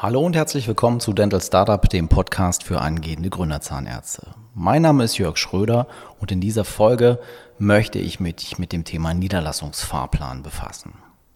Hallo und herzlich willkommen zu Dental Startup, dem Podcast für angehende Gründerzahnärzte. Mein Name ist Jörg Schröder und in dieser Folge möchte ich mich mit dem Thema Niederlassungsfahrplan befassen.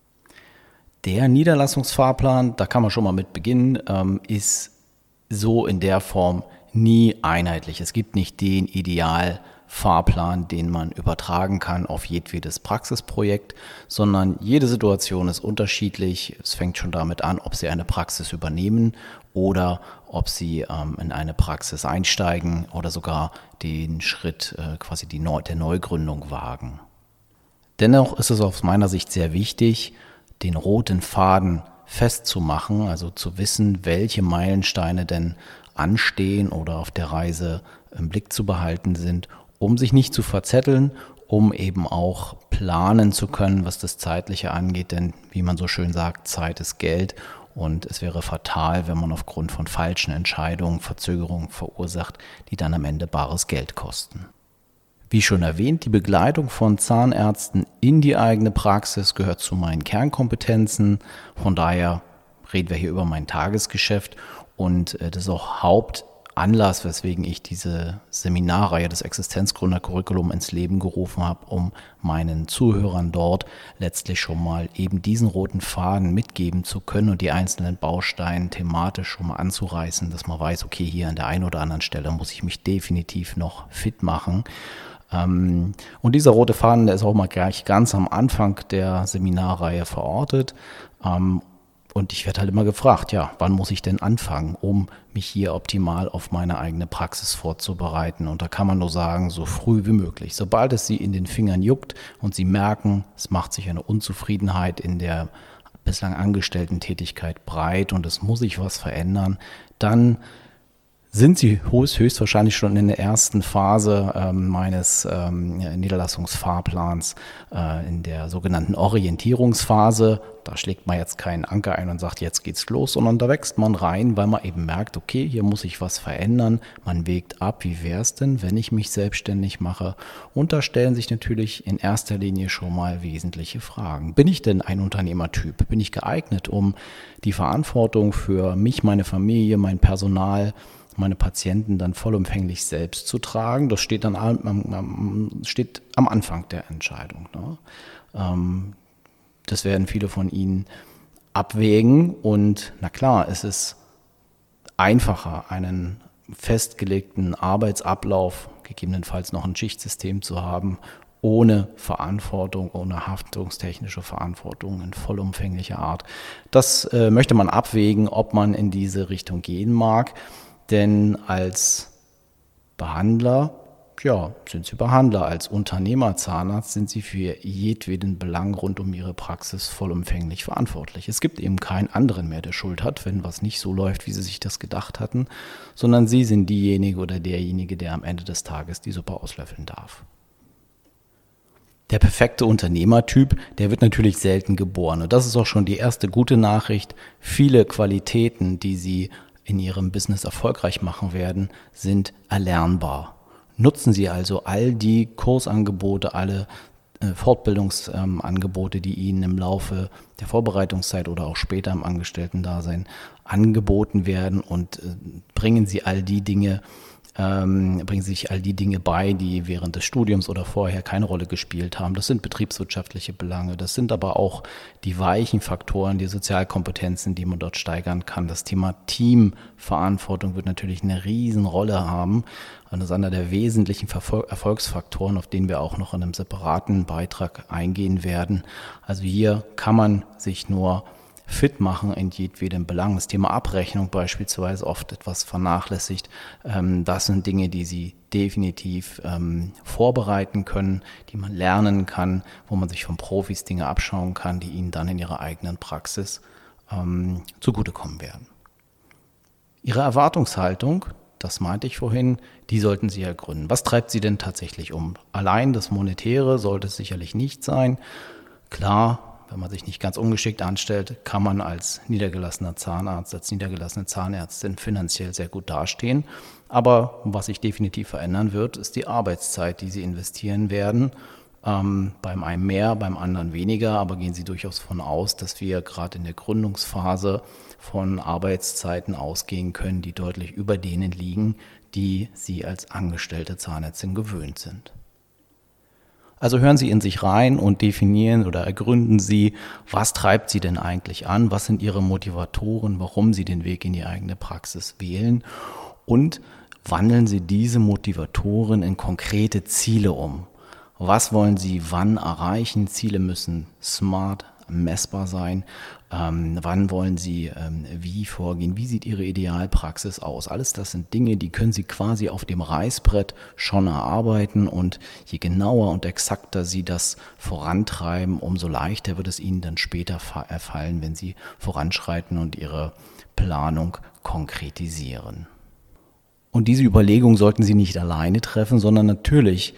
Der Niederlassungsfahrplan, da kann man schon mal mit beginnen, ist so in der Form nie einheitlich. Es gibt nicht den Idealfahrplan, den man übertragen kann auf jedwedes Praxisprojekt, sondern jede Situation ist unterschiedlich. Es fängt schon damit an, ob Sie eine Praxis übernehmen oder ob Sie in eine Praxis einsteigen oder sogar den Schritt der Neugründung wagen. Dennoch ist es aus meiner Sicht sehr wichtig, den roten Faden festzumachen, also zu wissen, welche Meilensteine denn anstehen oder auf der Reise im Blick zu behalten sind, um sich nicht zu verzetteln, um eben auch planen zu können, was das Zeitliche angeht. Denn wie man so schön sagt, Zeit ist Geld und es wäre fatal, wenn man aufgrund von falschen Entscheidungen Verzögerungen verursacht, die dann am Ende bares Geld kosten. Wie schon erwähnt, die Begleitung von Zahnärzten in die eigene Praxis gehört zu meinen Kernkompetenzen. Von daher reden wir hier über mein Tagesgeschäft und das ist auch Hauptanlass, weswegen ich diese Seminarreihe, das Existenzgründer-Curriculum ins Leben gerufen habe, um meinen Zuhörern dort letztlich schon mal eben diesen roten Faden mitgeben zu können und die einzelnen Bausteine thematisch schon mal anzureißen, dass man weiß, okay, hier an der einen oder anderen Stelle muss ich mich definitiv noch fit machen. Und dieser rote Faden, der ist auch mal gleich ganz am Anfang der Seminarreihe verortet. Und ich werde halt immer gefragt, ja, wann muss ich denn anfangen, um mich hier optimal auf meine eigene Praxis vorzubereiten? Und da kann man nur sagen, so früh wie möglich. Sobald es Sie in den Fingern juckt und Sie merken, es macht sich eine Unzufriedenheit in der bislang angestellten Tätigkeit breit und es muss sich was verändern, dann sind Sie höchstwahrscheinlich schon in der ersten Phase meines Niederlassungsfahrplans, in der sogenannten Orientierungsphase. Da schlägt man jetzt keinen Anker ein und sagt, jetzt geht's los, sondern da wächst man rein, weil man eben merkt, okay, hier muss ich was verändern. Man wägt ab, wie wäre es denn, wenn ich mich selbstständig mache? Und da stellen sich natürlich in erster Linie schon mal wesentliche Fragen. Bin ich denn ein Unternehmertyp? Bin ich geeignet, um die Verantwortung für mich, meine Familie, mein Personal, meine Patienten dann vollumfänglich selbst zu tragen? Das steht dann steht am Anfang der Entscheidung. Ne? Das werden viele von Ihnen abwägen und na klar, es ist einfacher, einen festgelegten Arbeitsablauf, gegebenenfalls noch ein Schichtsystem zu haben, ohne Verantwortung, ohne haftungstechnische Verantwortung in vollumfänglicher Art. Das möchte man abwägen, ob man in diese Richtung gehen mag. Denn als Behandler, ja, sind Sie Behandler. Als Unternehmer, Zahnarzt sind Sie für jedweden Belang rund um Ihre Praxis vollumfänglich verantwortlich. Es gibt eben keinen anderen mehr, der Schuld hat, wenn was nicht so läuft, wie Sie sich das gedacht hatten, sondern Sie sind diejenige oder derjenige, der am Ende des Tages die Suppe auslöffeln darf. Der perfekte Unternehmertyp, der wird natürlich selten geboren. Und das ist auch schon die erste gute Nachricht. Viele Qualitäten, die Sie in Ihrem Business erfolgreich machen werden, sind erlernbar. Nutzen Sie also all die Kursangebote, alle Fortbildungsangebote, die Ihnen im Laufe der Vorbereitungszeit oder auch später im Angestellten-Dasein angeboten werden und bringen sich all die Dinge bei, die während des Studiums oder vorher keine Rolle gespielt haben. Das sind betriebswirtschaftliche Belange, das sind aber auch die weichen Faktoren, die Sozialkompetenzen, die man dort steigern kann. Das Thema Teamverantwortung wird natürlich eine Riesenrolle haben und das ist einer der wesentlichen Erfolgsfaktoren, auf den wir auch noch in einem separaten Beitrag eingehen werden. Also hier kann man sich nur fit machen in jedwedem Belang. Das Thema Abrechnung beispielsweise oft etwas vernachlässigt. Das sind Dinge, die Sie definitiv vorbereiten können, die man lernen kann, wo man sich von Profis Dinge abschauen kann, die Ihnen dann in Ihrer eigenen Praxis zugutekommen werden. Ihre Erwartungshaltung, das meinte ich vorhin, die sollten Sie ergründen. Was treibt Sie denn tatsächlich um? Allein das Monetäre sollte es sicherlich nicht sein. Klar, wenn man sich nicht ganz ungeschickt anstellt, kann man als niedergelassener Zahnarzt, als niedergelassene Zahnärztin finanziell sehr gut dastehen. Aber was sich definitiv verändern wird, ist die Arbeitszeit, die Sie investieren werden. Beim einen mehr, beim anderen weniger, aber gehen Sie durchaus davon aus, dass wir gerade in der Gründungsphase von Arbeitszeiten ausgehen können, die deutlich über denen liegen, die Sie als angestellte Zahnärztin gewöhnt sind. Also hören Sie in sich rein und definieren oder ergründen Sie, was treibt Sie denn eigentlich an, was sind Ihre Motivatoren, warum Sie den Weg in die eigene Praxis wählen und wandeln Sie diese Motivatoren in konkrete Ziele um. Was wollen Sie wann erreichen? Ziele müssen smart, messbar sein. Wann wollen Sie wie vorgehen? Wie sieht Ihre Idealpraxis aus? Alles das sind Dinge, die können Sie quasi auf dem Reißbrett schon erarbeiten und je genauer und exakter Sie das vorantreiben, umso leichter wird es Ihnen dann später fallen, wenn Sie voranschreiten und Ihre Planung konkretisieren. Und diese Überlegung sollten Sie nicht alleine treffen, sondern natürlich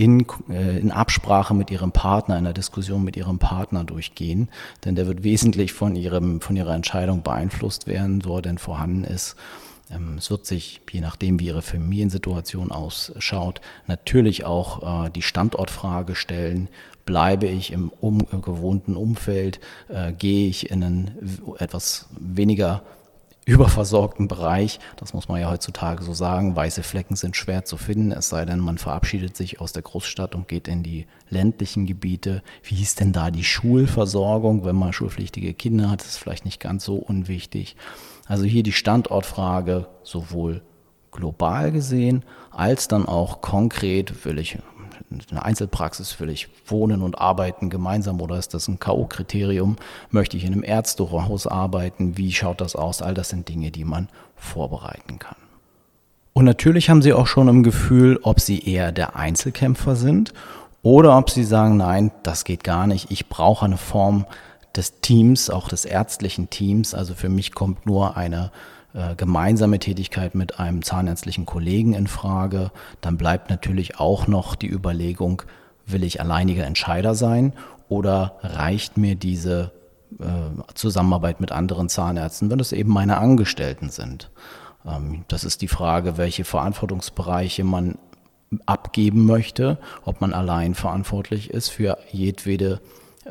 in Absprache mit Ihrem Partner, in der Diskussion mit Ihrem Partner durchgehen, denn der wird wesentlich von Ihrer Entscheidung beeinflusst werden, so er denn vorhanden ist. Es wird sich, je nachdem wie Ihre Familiensituation ausschaut, natürlich auch die Standortfrage stellen. Bleibe ich im gewohnten Umfeld, gehe ich in einen etwas weniger überversorgten Bereich, das muss man ja heutzutage so sagen, weiße Flecken sind schwer zu finden, es sei denn, man verabschiedet sich aus der Großstadt und geht in die ländlichen Gebiete. Wie ist denn da die Schulversorgung, wenn man schulpflichtige Kinder hat, das ist vielleicht nicht ganz so unwichtig. Also hier die Standortfrage sowohl global gesehen, als dann auch konkret, will ich eine Einzelpraxis, will ich wohnen und arbeiten gemeinsam oder ist das ein K.O.-Kriterium? Möchte ich in einem Ärztehaus arbeiten? Wie schaut das aus? All das sind Dinge, die man vorbereiten kann. Und natürlich haben Sie auch schon im Gefühl, ob Sie eher der Einzelkämpfer sind oder ob Sie sagen, nein, das geht gar nicht. Ich brauche eine Form des Teams, auch des ärztlichen Teams. Also für mich kommt nur eine gemeinsame Tätigkeit mit einem zahnärztlichen Kollegen in Frage. Dann bleibt natürlich auch noch die Überlegung, will ich alleiniger Entscheider sein oder reicht mir diese Zusammenarbeit mit anderen Zahnärzten, wenn es eben meine Angestellten sind. Das ist die Frage, welche Verantwortungsbereiche man abgeben möchte, ob man allein verantwortlich ist für jedwede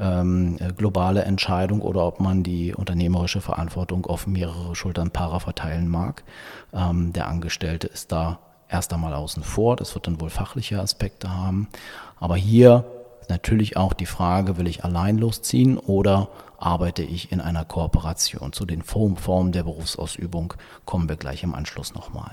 globale Entscheidung oder ob man die unternehmerische Verantwortung auf mehrere Schultern verteilen mag. Der Angestellte ist da erst einmal außen vor, das wird dann wohl fachliche Aspekte haben. Aber hier natürlich auch die Frage, will ich allein losziehen oder arbeite ich in einer Kooperation? Zu den Formen der Berufsausübung kommen wir gleich im Anschluss nochmal.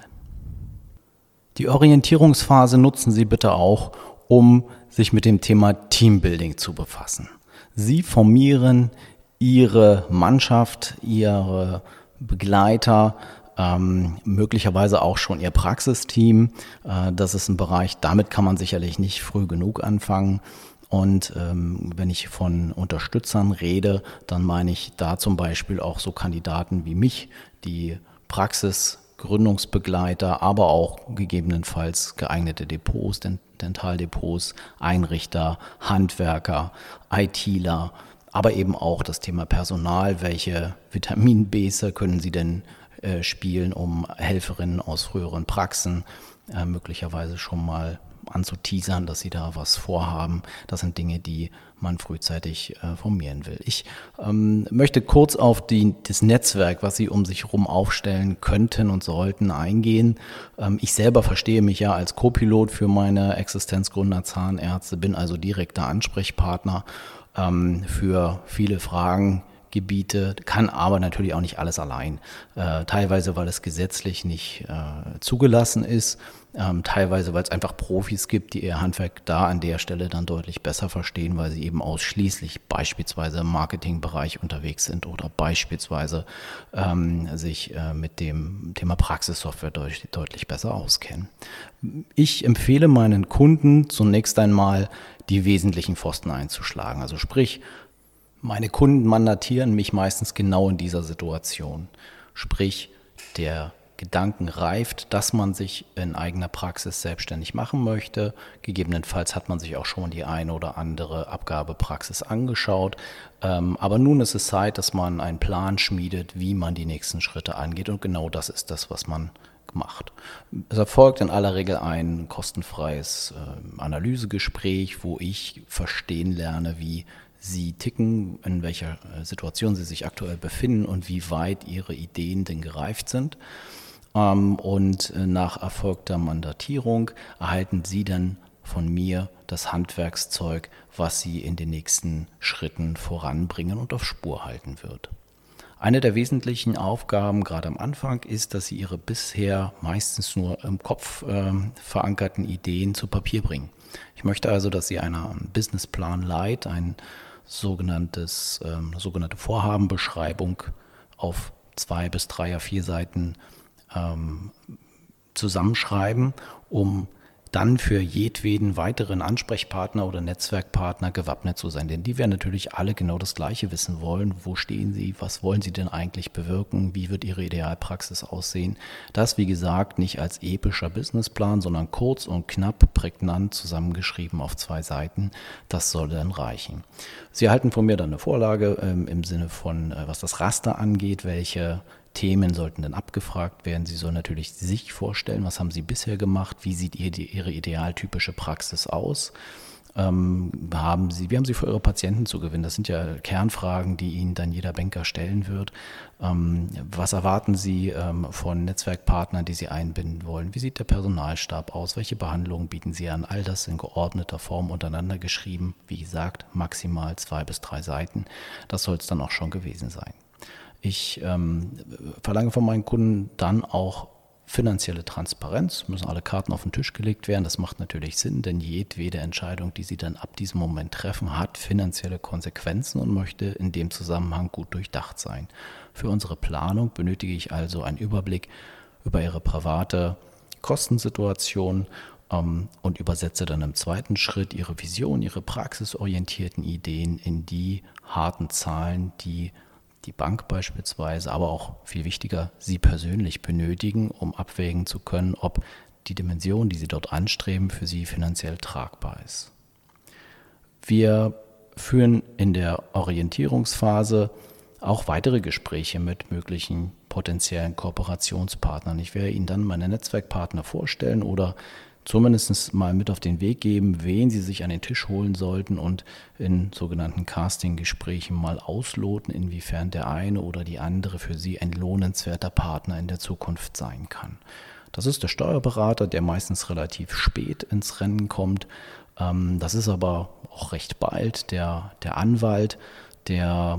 Die Orientierungsphase nutzen Sie bitte auch, um sich mit dem Thema Teambuilding zu befassen. Sie formieren Ihre Mannschaft, Ihre Begleiter, möglicherweise auch schon Ihr Praxisteam. Das ist ein Bereich, damit kann man sicherlich nicht früh genug anfangen. Und wenn ich von Unterstützern rede, dann meine ich da zum Beispiel auch so Kandidaten wie mich, die Gründungsbegleiter, aber auch gegebenenfalls geeignete Depots, Dentaldepots, Einrichter, Handwerker, ITler, aber eben auch das Thema Personal. Welche Vitamin-Base können Sie denn spielen, um Helferinnen aus früheren Praxen möglicherweise schon mal anzuteasern, dass Sie da was vorhaben. Das sind Dinge, die man frühzeitig formieren will. Ich möchte kurz auf das Netzwerk, was Sie um sich herum aufstellen könnten und sollten, eingehen. Ich selber verstehe mich ja als Co-Pilot für meine Existenzgründer Zahnärzte, bin also direkter Ansprechpartner für viele Fragengebiete, kann aber natürlich auch nicht alles allein. Teilweise, weil es gesetzlich nicht zugelassen ist, teilweise, weil es einfach Profis gibt, die ihr Handwerk da an der Stelle dann deutlich besser verstehen, weil sie eben ausschließlich beispielsweise im Marketingbereich unterwegs sind oder beispielsweise sich mit dem Thema Praxissoftware deutlich besser auskennen. Ich empfehle meinen Kunden zunächst einmal, die wesentlichen Pfosten einzuschlagen. Also sprich, meine Kunden mandatieren mich meistens genau in dieser Situation. Sprich, der Gedanken reift, dass man sich in eigener Praxis selbstständig machen möchte. Gegebenenfalls hat man sich auch schon die eine oder andere Abgabepraxis angeschaut. Aber nun ist es Zeit, dass man einen Plan schmiedet, wie man die nächsten Schritte angeht. Und genau das ist das, was man macht. Es erfolgt in aller Regel ein kostenfreies Analysegespräch, wo ich verstehen lerne, wie Sie ticken, in welcher Situation Sie sich aktuell befinden und wie weit Ihre Ideen denn gereift sind. Und nach erfolgter Mandatierung erhalten Sie dann von mir das Handwerkszeug, was Sie in den nächsten Schritten voranbringen und auf Spur halten wird. Eine der wesentlichen Aufgaben gerade am Anfang ist, dass Sie Ihre bisher meistens nur im Kopf verankerten Ideen zu Papier bringen. Ich möchte also, dass Sie einen Businessplan Light, eine sogenannte Vorhabenbeschreibung auf 2 bis 3 A4 Seiten zusammenschreiben, um dann für jedweden weiteren Ansprechpartner oder Netzwerkpartner gewappnet zu sein. Denn die werden natürlich alle genau das Gleiche wissen wollen. Wo stehen Sie? Was wollen Sie denn eigentlich bewirken? Wie wird Ihre Idealpraxis aussehen? Das, wie gesagt, nicht als epischer Businessplan, sondern kurz und knapp, prägnant zusammengeschrieben auf 2 Seiten. Das soll dann reichen. Sie erhalten von mir dann eine Vorlage im Sinne von, was das Raster angeht, welche Themen sollten dann abgefragt werden. Sie sollen natürlich sich vorstellen, was haben Sie bisher gemacht, wie sieht Ihre idealtypische Praxis aus, wie haben Sie für Ihre Patienten zu gewinnen? Das sind ja Kernfragen, die Ihnen dann jeder Banker stellen wird. Was erwarten Sie von Netzwerkpartnern, die Sie einbinden wollen? Wie sieht der Personalstab aus? Welche Behandlungen bieten Sie an? All das in geordneter Form untereinander geschrieben. Wie gesagt, maximal 2 bis 3 Seiten. Das soll es dann auch schon gewesen sein. Ich verlange von meinen Kunden dann auch finanzielle Transparenz, müssen alle Karten auf den Tisch gelegt werden. Das macht natürlich Sinn, denn jedwede Entscheidung, die Sie dann ab diesem Moment treffen, hat finanzielle Konsequenzen und möchte in dem Zusammenhang gut durchdacht sein. Für unsere Planung benötige ich also einen Überblick über Ihre private Kostensituation und übersetze dann im zweiten Schritt Ihre Vision, Ihre praxisorientierten Ideen in die harten Zahlen, die Bank beispielsweise, aber auch viel wichtiger, Sie persönlich benötigen, um abwägen zu können, ob die Dimension, die Sie dort anstreben, für Sie finanziell tragbar ist. Wir führen in der Orientierungsphase auch weitere Gespräche mit möglichen potenziellen Kooperationspartnern. Ich werde Ihnen dann meine Netzwerkpartner vorstellen oder zumindest mal mit auf den Weg geben, wen Sie sich an den Tisch holen sollten und in sogenannten Casting-Gesprächen mal ausloten, inwiefern der eine oder die andere für Sie ein lohnenswerter Partner in der Zukunft sein kann. Das ist der Steuerberater, der meistens relativ spät ins Rennen kommt. Das ist aber auch recht bald der Anwalt, der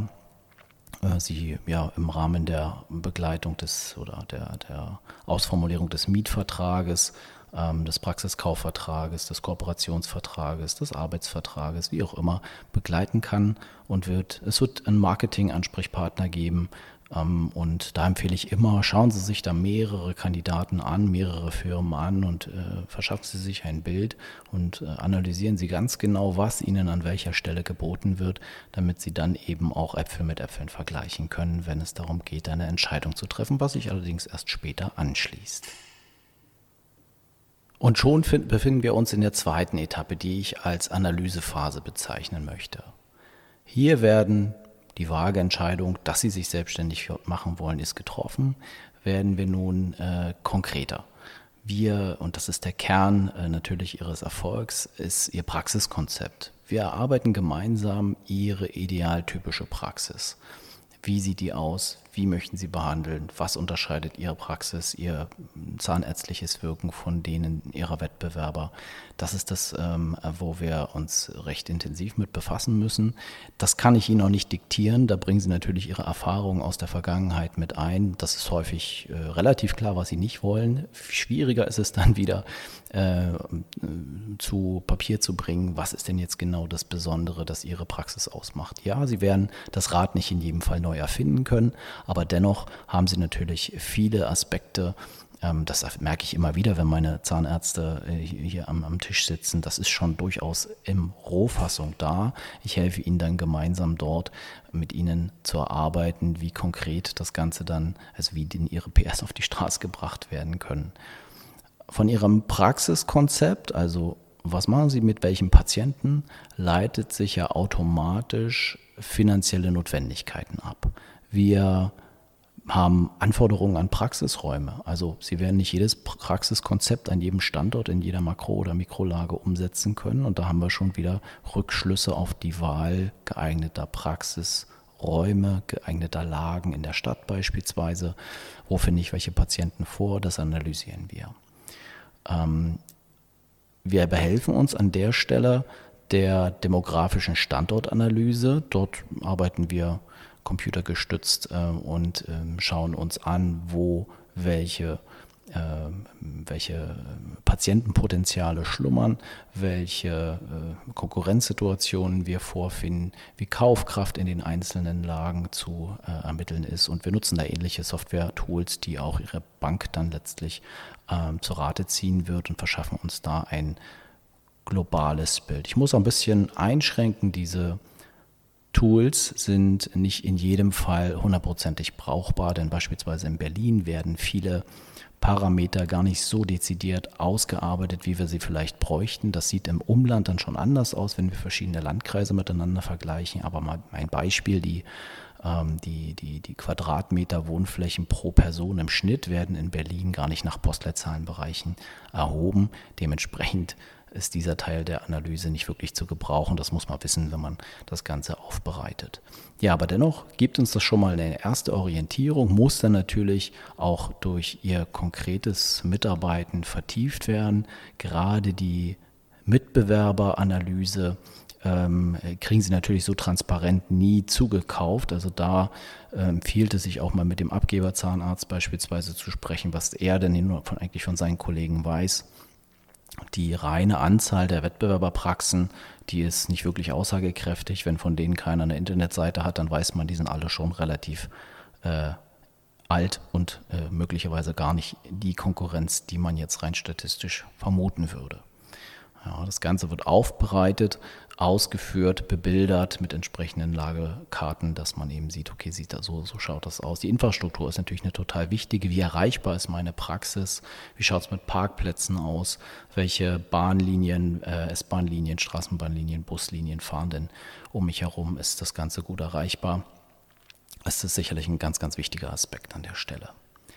Sie ja im Rahmen der Begleitung der Ausformulierung des Mietvertrages, des Praxiskaufvertrages, des Kooperationsvertrages, des Arbeitsvertrages, wie auch immer, begleiten kann und es wird einen Marketing-Ansprechpartner geben. Und da empfehle ich immer, schauen Sie sich da mehrere Kandidaten an, mehrere Firmen an und verschaffen Sie sich ein Bild und analysieren Sie ganz genau, was Ihnen an welcher Stelle geboten wird, damit Sie dann eben auch Äpfel mit Äpfeln vergleichen können, wenn es darum geht, eine Entscheidung zu treffen, was sich allerdings erst später anschließt. Und schon befinden wir uns in der zweiten Etappe, die ich als Analysephase bezeichnen möchte. Hier werden die vage Entscheidung, dass Sie sich selbstständig machen wollen, ist getroffen, werden wir nun konkreter. Und das ist der Kern natürlich Ihres Erfolgs, ist Ihr Praxiskonzept. Wir erarbeiten gemeinsam Ihre idealtypische Praxis. Wie sieht die aus? Wie möchten Sie behandeln? Was unterscheidet Ihre Praxis, Ihr zahnärztliches Wirken von denen Ihrer Wettbewerber? Das ist das, wo wir uns recht intensiv mit befassen müssen. Das kann ich Ihnen auch nicht diktieren. Da bringen Sie natürlich Ihre Erfahrungen aus der Vergangenheit mit ein. Das ist häufig relativ klar, was Sie nicht wollen. Schwieriger ist es dann wieder zu Papier zu bringen, was ist denn jetzt genau das Besondere, das Ihre Praxis ausmacht. Ja, Sie werden das Rad nicht in jedem Fall neu erfinden können, aber dennoch haben Sie natürlich viele Aspekte. Das merke ich immer wieder, wenn meine Zahnärzte hier am Tisch sitzen. Das ist schon durchaus in Rohfassung da. Ich helfe Ihnen dann gemeinsam dort mit Ihnen zu erarbeiten, wie konkret das Ganze dann, also wie denn Ihre PS auf die Straße gebracht werden können. Von Ihrem Praxiskonzept, also was machen Sie mit welchem Patienten, leitet sich ja automatisch finanzielle Notwendigkeiten ab. Wir haben Anforderungen an Praxisräume. Also Sie werden nicht jedes Praxiskonzept an jedem Standort in jeder Makro- oder Mikrolage umsetzen können. Und da haben wir schon wieder Rückschlüsse auf die Wahl geeigneter Praxisräume, geeigneter Lagen in der Stadt beispielsweise. Wo finde ich welche Patienten vor? Das analysieren wir. Wir behelfen uns an der Stelle der demografischen Standortanalyse. Dort arbeiten wir computergestützt und schauen uns an, wo welche Patientenpotenziale schlummern, welche Konkurrenzsituationen wir vorfinden, wie Kaufkraft in den einzelnen Lagen zu ermitteln ist. Und wir nutzen da ähnliche Software-Tools, die auch Ihre Bank dann letztlich zur Rate ziehen wird und verschaffen uns da ein globales Bild. Ich muss ein bisschen einschränken, diese Tools sind nicht in jedem Fall hundertprozentig brauchbar, denn beispielsweise in Berlin werden viele Parameter gar nicht so dezidiert ausgearbeitet, wie wir sie vielleicht bräuchten. Das sieht im Umland dann schon anders aus, wenn wir verschiedene Landkreise miteinander vergleichen. Aber mal ein Beispiel, die Quadratmeter Wohnflächen pro Person im Schnitt werden in Berlin gar nicht nach Postleitzahlenbereichen erhoben. Dementsprechend ist dieser Teil der Analyse nicht wirklich zu gebrauchen. Das muss man wissen, wenn man das Ganze aufbereitet. Ja, aber dennoch gibt uns das schon mal eine erste Orientierung, muss dann natürlich auch durch Ihr konkretes Mitarbeiten vertieft werden. Gerade die Mitbewerberanalyse kriegen Sie natürlich so transparent nie zugekauft. Also da empfiehlt es sich auch mal mit dem Abgeberzahnarzt beispielsweise zu sprechen, was er denn eigentlich von seinen Kollegen weiß. Die reine Anzahl der Wettbewerberpraxen, die ist nicht wirklich aussagekräftig. Wenn von denen keiner eine Internetseite hat, dann weiß man, die sind alle schon relativ alt und möglicherweise gar nicht die Konkurrenz, die man jetzt rein statistisch vermuten würde. Ja, das Ganze wird aufbereitet, ausgeführt, bebildert mit entsprechenden Lagekarten, dass man eben sieht, okay, so schaut das aus. Die Infrastruktur ist natürlich eine total wichtige. Wie erreichbar ist meine Praxis? Wie schaut es mit Parkplätzen aus? Welche Bahnlinien, S-Bahnlinien, Straßenbahnlinien, Buslinien fahren denn um mich herum? Ist das Ganze gut erreichbar? Das ist sicherlich ein ganz, ganz wichtiger Aspekt an der Stelle.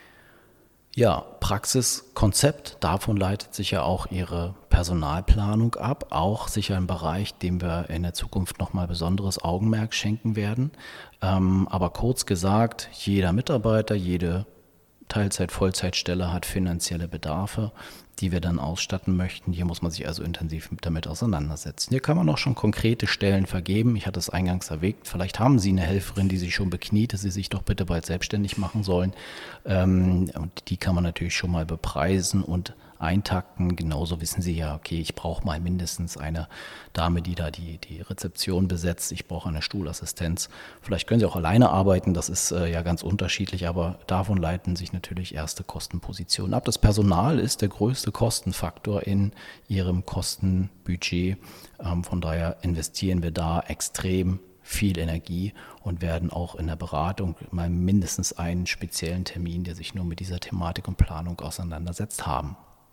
Ja, Praxiskonzept, davon leitet sich ja auch Ihre Personalplanung ab, auch sicher ein Bereich, dem wir in der Zukunft nochmal besonderes Augenmerk schenken werden. Aber kurz gesagt, jeder Mitarbeiter, jede Teilzeit-, Vollzeitstelle hat finanzielle Bedarfe, die wir dann ausstatten möchten. Hier muss man sich also intensiv damit auseinandersetzen. Hier kann man auch schon konkrete Stellen vergeben. Ich hatte es eingangs erwähnt. Vielleicht haben Sie eine Helferin, die sich schon bekniet, dass Sie sich doch bitte bald selbstständig machen sollen. Und die kann man natürlich schon mal bepreisen und eintakten. Genauso wissen Sie ja, okay, ich brauche mal mindestens eine Dame, die da die Rezeption besetzt. Ich brauche eine Stuhlassistenz. Vielleicht können Sie auch alleine arbeiten, das ist ja ganz unterschiedlich, aber davon leiten sich natürlich erste Kostenpositionen ab. Das Personal ist der größte Kostenfaktor in Ihrem Kostenbudget. Von daher investieren wir da extrem viel Energie und werden auch in der Beratung mal mindestens einen speziellen Termin, der sich nur mit dieser Thematik und Planung auseinandersetzt, haben.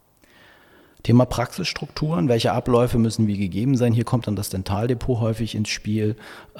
Thema Praxisstrukturen, welche Abläufe müssen wie gegeben sein? Hier kommt dann das Dentaldepot häufig ins Spiel,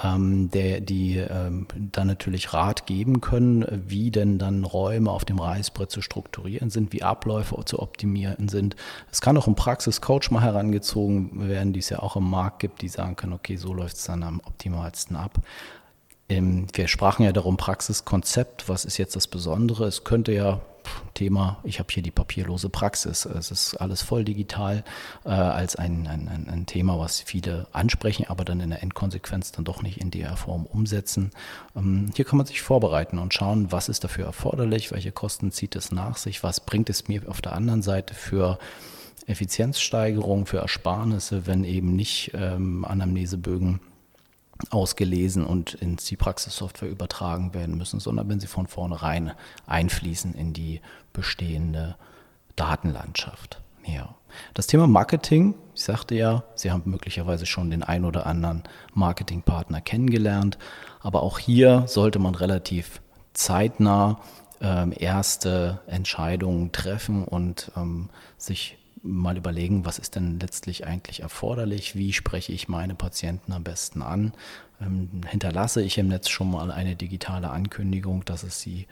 die dann natürlich Rat geben können, wie denn dann Räume auf dem Reißbrett zu strukturieren sind, wie Abläufe zu optimieren sind. Es kann auch ein Praxiscoach mal herangezogen werden, die es ja auch im Markt gibt, die sagen können, okay, so läuft es dann am optimalsten ab. Wir sprachen ja darum, Praxiskonzept, was ist jetzt das Besondere? Es könnte ja Thema, ich habe hier die papierlose Praxis. Es ist alles voll digital als ein Thema, was viele ansprechen, aber dann in der Endkonsequenz dann doch nicht in der Form umsetzen. Hier kann man sich vorbereiten und schauen, was ist dafür erforderlich, welche Kosten zieht es nach sich, was bringt es mir auf der anderen Seite für Effizienzsteigerung, für Ersparnisse, wenn eben nicht Anamnesebögen ausgelesen und in die Praxissoftware übertragen werden müssen, sondern wenn sie von vornherein einfließen in die bestehende Datenlandschaft. Ja. Das Thema Marketing, ich sagte ja, Sie haben möglicherweise schon den ein oder anderen Marketingpartner kennengelernt, aber auch hier sollte man relativ zeitnah erste Entscheidungen treffen und sich mal überlegen, was ist denn letztlich eigentlich erforderlich, wie spreche ich meine Patienten am besten an, hinterlasse ich im Netz schon mal eine digitale Ankündigung, dass es sie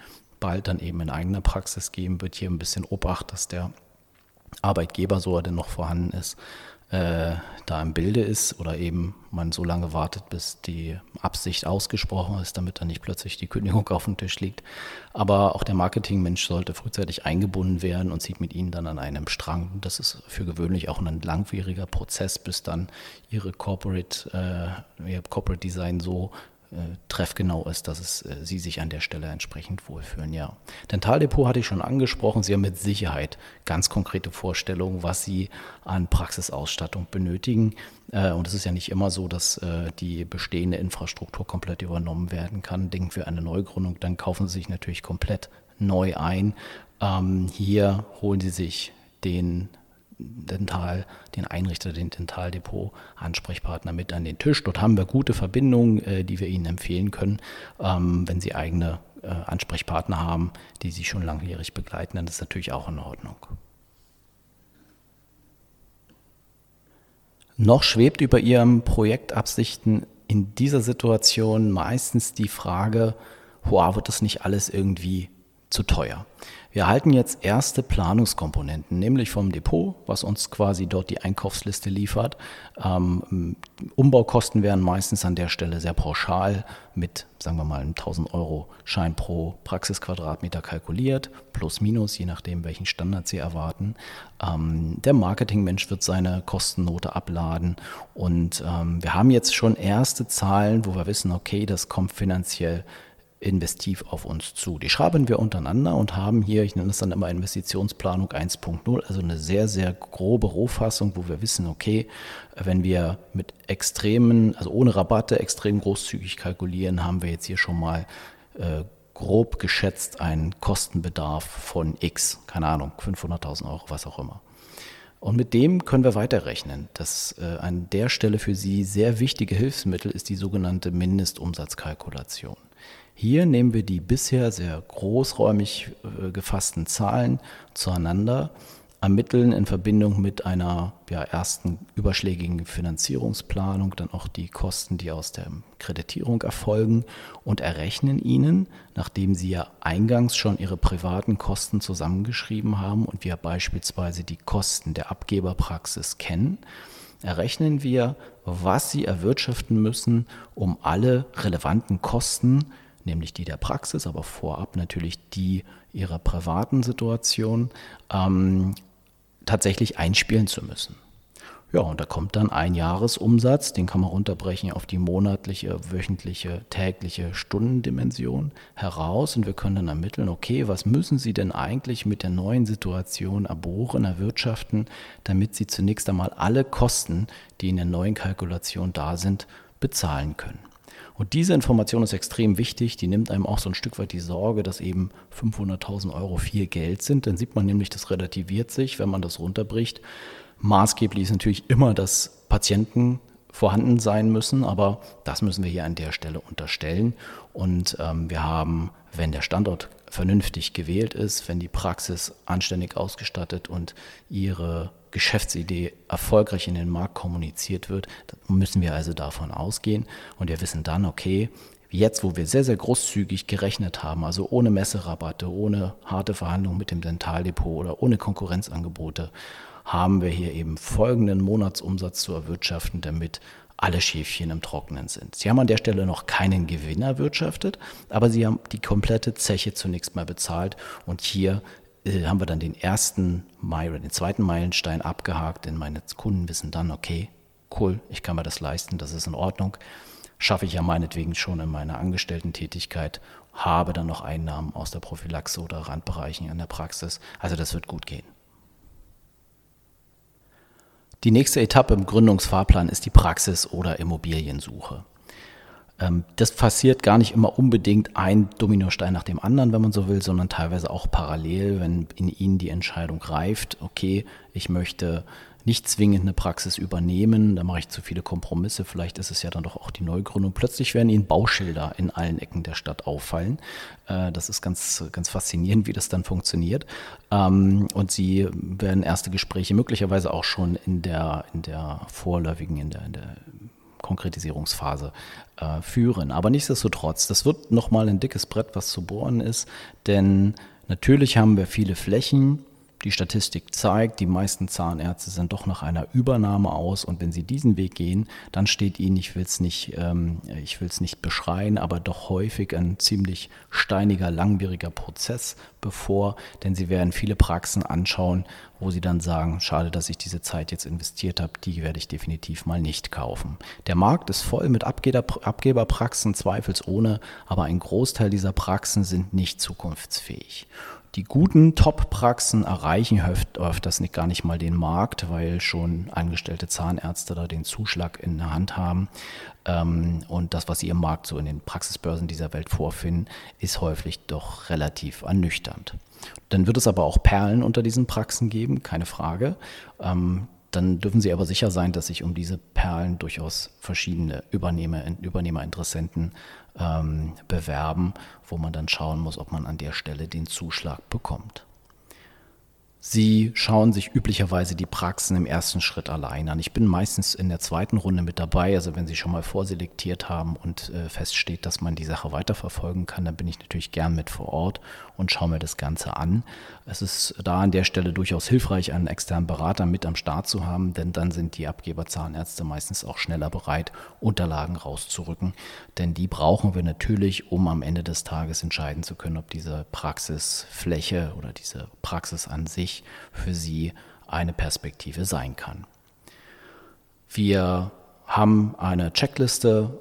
bald dann eben in eigener Praxis geben wird. Hier ein bisschen Obacht, dass der Arbeitgeber, so er denn noch vorhanden ist, da im Bilde ist oder eben man so lange wartet, bis die Absicht ausgesprochen ist, damit dann nicht plötzlich die Kündigung auf dem Tisch liegt. Aber auch der Marketingmensch sollte frühzeitig eingebunden werden und zieht mit ihnen dann an einem Strang. Das ist für gewöhnlich auch ein langwieriger Prozess, bis dann ihr Corporate Design so treffgenau ist, dass Sie sich an der Stelle entsprechend wohlfühlen. Ja. Dentaldepot hatte ich schon angesprochen. Sie haben mit Sicherheit ganz konkrete Vorstellungen, was Sie an Praxisausstattung benötigen. Und es ist ja nicht immer so, dass die bestehende Infrastruktur komplett übernommen werden kann. Denken wir an eine Neugründung, dann kaufen Sie sich natürlich komplett neu ein. Hier holen Sie sich den Einrichter, den Dentaldepot-Ansprechpartner mit an den Tisch. Dort haben wir gute Verbindungen, die wir Ihnen empfehlen können. Wenn Sie eigene Ansprechpartner haben, die Sie schon langjährig begleiten, dann ist das natürlich auch in Ordnung. Noch schwebt über Ihren Projektabsichten in dieser Situation meistens die Frage, wird das nicht alles irgendwie zu teuer? Wir erhalten jetzt erste Planungskomponenten, nämlich vom Depot, was uns quasi dort die Einkaufsliste liefert. Umbaukosten werden meistens an der Stelle sehr pauschal mit, sagen wir mal, einem 1.000 Euro Schein pro Praxisquadratmeter kalkuliert, plus minus, je nachdem, welchen Standard Sie erwarten. Der Marketingmensch wird seine Kostennote abladen und wir haben jetzt schon erste Zahlen, wo wir wissen, okay, das kommt finanziell investiv auf uns zu. Die schreiben wir untereinander und haben hier, ich nenne das dann immer Investitionsplanung 1.0, also eine sehr, sehr grobe Rohfassung, wo wir wissen, okay, wenn wir mit also ohne Rabatte extrem großzügig kalkulieren, haben wir jetzt hier schon mal grob geschätzt einen Kostenbedarf von X, keine Ahnung, 500.000 Euro, was auch immer. Und mit dem können wir weiterrechnen. Das an der Stelle für Sie sehr wichtige Hilfsmittel ist die sogenannte Mindestumsatzkalkulation. Hier nehmen wir die bisher sehr großräumig gefassten Zahlen zueinander, ermitteln in Verbindung mit einer ersten überschlägigen Finanzierungsplanung dann auch die Kosten, die aus der Kreditierung erfolgen und errechnen Ihnen, nachdem Sie ja eingangs schon Ihre privaten Kosten zusammengeschrieben haben und wir beispielsweise die Kosten der Abgeberpraxis kennen, errechnen wir, was Sie erwirtschaften müssen, um alle relevanten Kosten, nämlich die der Praxis, aber vorab natürlich die Ihrer privaten Situation, tatsächlich einspielen zu müssen. Ja, und da kommt dann ein Jahresumsatz, den kann man runterbrechen auf die monatliche, wöchentliche, tägliche Stundendimension heraus und wir können dann ermitteln, okay, was müssen Sie denn eigentlich mit der neuen Situation erwirtschaften, damit Sie zunächst einmal alle Kosten, die in der neuen Kalkulation da sind, bezahlen können. Und diese Information ist extrem wichtig, die nimmt einem auch so ein Stück weit die Sorge, dass eben 500.000 Euro viel Geld sind. Dann sieht man nämlich, das relativiert sich, wenn man das runterbricht. Maßgeblich ist natürlich immer, dass Patienten vorhanden sein müssen, aber das müssen wir hier an der Stelle unterstellen. Und wir haben, wenn der Standort vernünftig gewählt ist, wenn die Praxis anständig ausgestattet und ihre Geschäftsidee erfolgreich in den Markt kommuniziert wird, müssen wir also davon ausgehen und wir wissen dann, okay, jetzt, wo wir sehr, sehr großzügig gerechnet haben, also ohne Messerabatte, ohne harte Verhandlungen mit dem Dentaldepot oder ohne Konkurrenzangebote, haben wir hier eben folgenden Monatsumsatz zu erwirtschaften, damit alle Schäfchen im Trockenen sind. Sie haben an der Stelle noch keinen Gewinn erwirtschaftet, aber Sie haben die komplette Zeche zunächst mal bezahlt und hier haben wir dann den zweiten Meilenstein abgehakt, denn meine Kunden wissen dann, okay, cool, ich kann mir das leisten, das ist in Ordnung. Schaffe ich ja meinetwegen schon in meiner Angestellten-Tätigkeit, habe dann noch Einnahmen aus der Prophylaxe oder Randbereichen in der Praxis. Also das wird gut gehen. Die nächste Etappe im Gründungsfahrplan ist die Praxis- oder Immobiliensuche. Das passiert gar nicht immer unbedingt ein Dominostein nach dem anderen, wenn man so will, sondern teilweise auch parallel, wenn in Ihnen die Entscheidung reift, okay, ich möchte nicht zwingend eine Praxis übernehmen, da mache ich zu viele Kompromisse, vielleicht ist es ja dann doch auch die Neugründung. Plötzlich werden Ihnen Bauschilder in allen Ecken der Stadt auffallen. Das ist ganz, ganz faszinierend, wie das dann funktioniert. Und Sie werden erste Gespräche möglicherweise auch schon in der vorläufigen, in der Konkretisierungsphase führen. Aber nichtsdestotrotz, das wird nochmal ein dickes Brett, was zu bohren ist, denn natürlich haben wir viele Flächen. Die Statistik zeigt, die meisten Zahnärzte sind doch nach einer Übernahme aus, und wenn sie diesen Weg gehen, dann steht ihnen, ich will es nicht beschreien, aber doch häufig ein ziemlich steiniger, langwieriger Prozess bevor, denn sie werden viele Praxen anschauen, wo sie dann sagen, schade, dass ich diese Zeit jetzt investiert habe, die werde ich definitiv mal nicht kaufen. Der Markt ist voll mit Abgeberpraxen, zweifelsohne, aber ein Großteil dieser Praxen sind nicht zukunftsfähig. Die guten Top-Praxen erreichen öfters gar nicht mal den Markt, weil schon angestellte Zahnärzte da den Zuschlag in der Hand haben. Und das, was sie im Markt so in den Praxisbörsen dieser Welt vorfinden, ist häufig doch relativ ernüchternd. Dann wird es aber auch Perlen unter diesen Praxen geben, keine Frage. Dann dürfen Sie aber sicher sein, dass sich um diese Perlen durchaus verschiedene Übernehmerinteressenten bewerben, wo man dann schauen muss, ob man an der Stelle den Zuschlag bekommt. Sie schauen sich üblicherweise die Praxen im ersten Schritt allein an. Ich bin meistens in der zweiten Runde mit dabei, also wenn Sie schon mal vorselektiert haben und feststeht, dass man die Sache weiterverfolgen kann, dann bin ich natürlich gern mit vor Ort und schaue mir das Ganze an. Es ist da an der Stelle durchaus hilfreich, einen externen Berater mit am Start zu haben, denn dann sind die Abgeberzahnärzte meistens auch schneller bereit, Unterlagen rauszurücken, denn die brauchen wir natürlich, um am Ende des Tages entscheiden zu können, ob diese Praxisfläche oder diese Praxis an sich für Sie eine Perspektive sein kann. Wir haben eine Checkliste,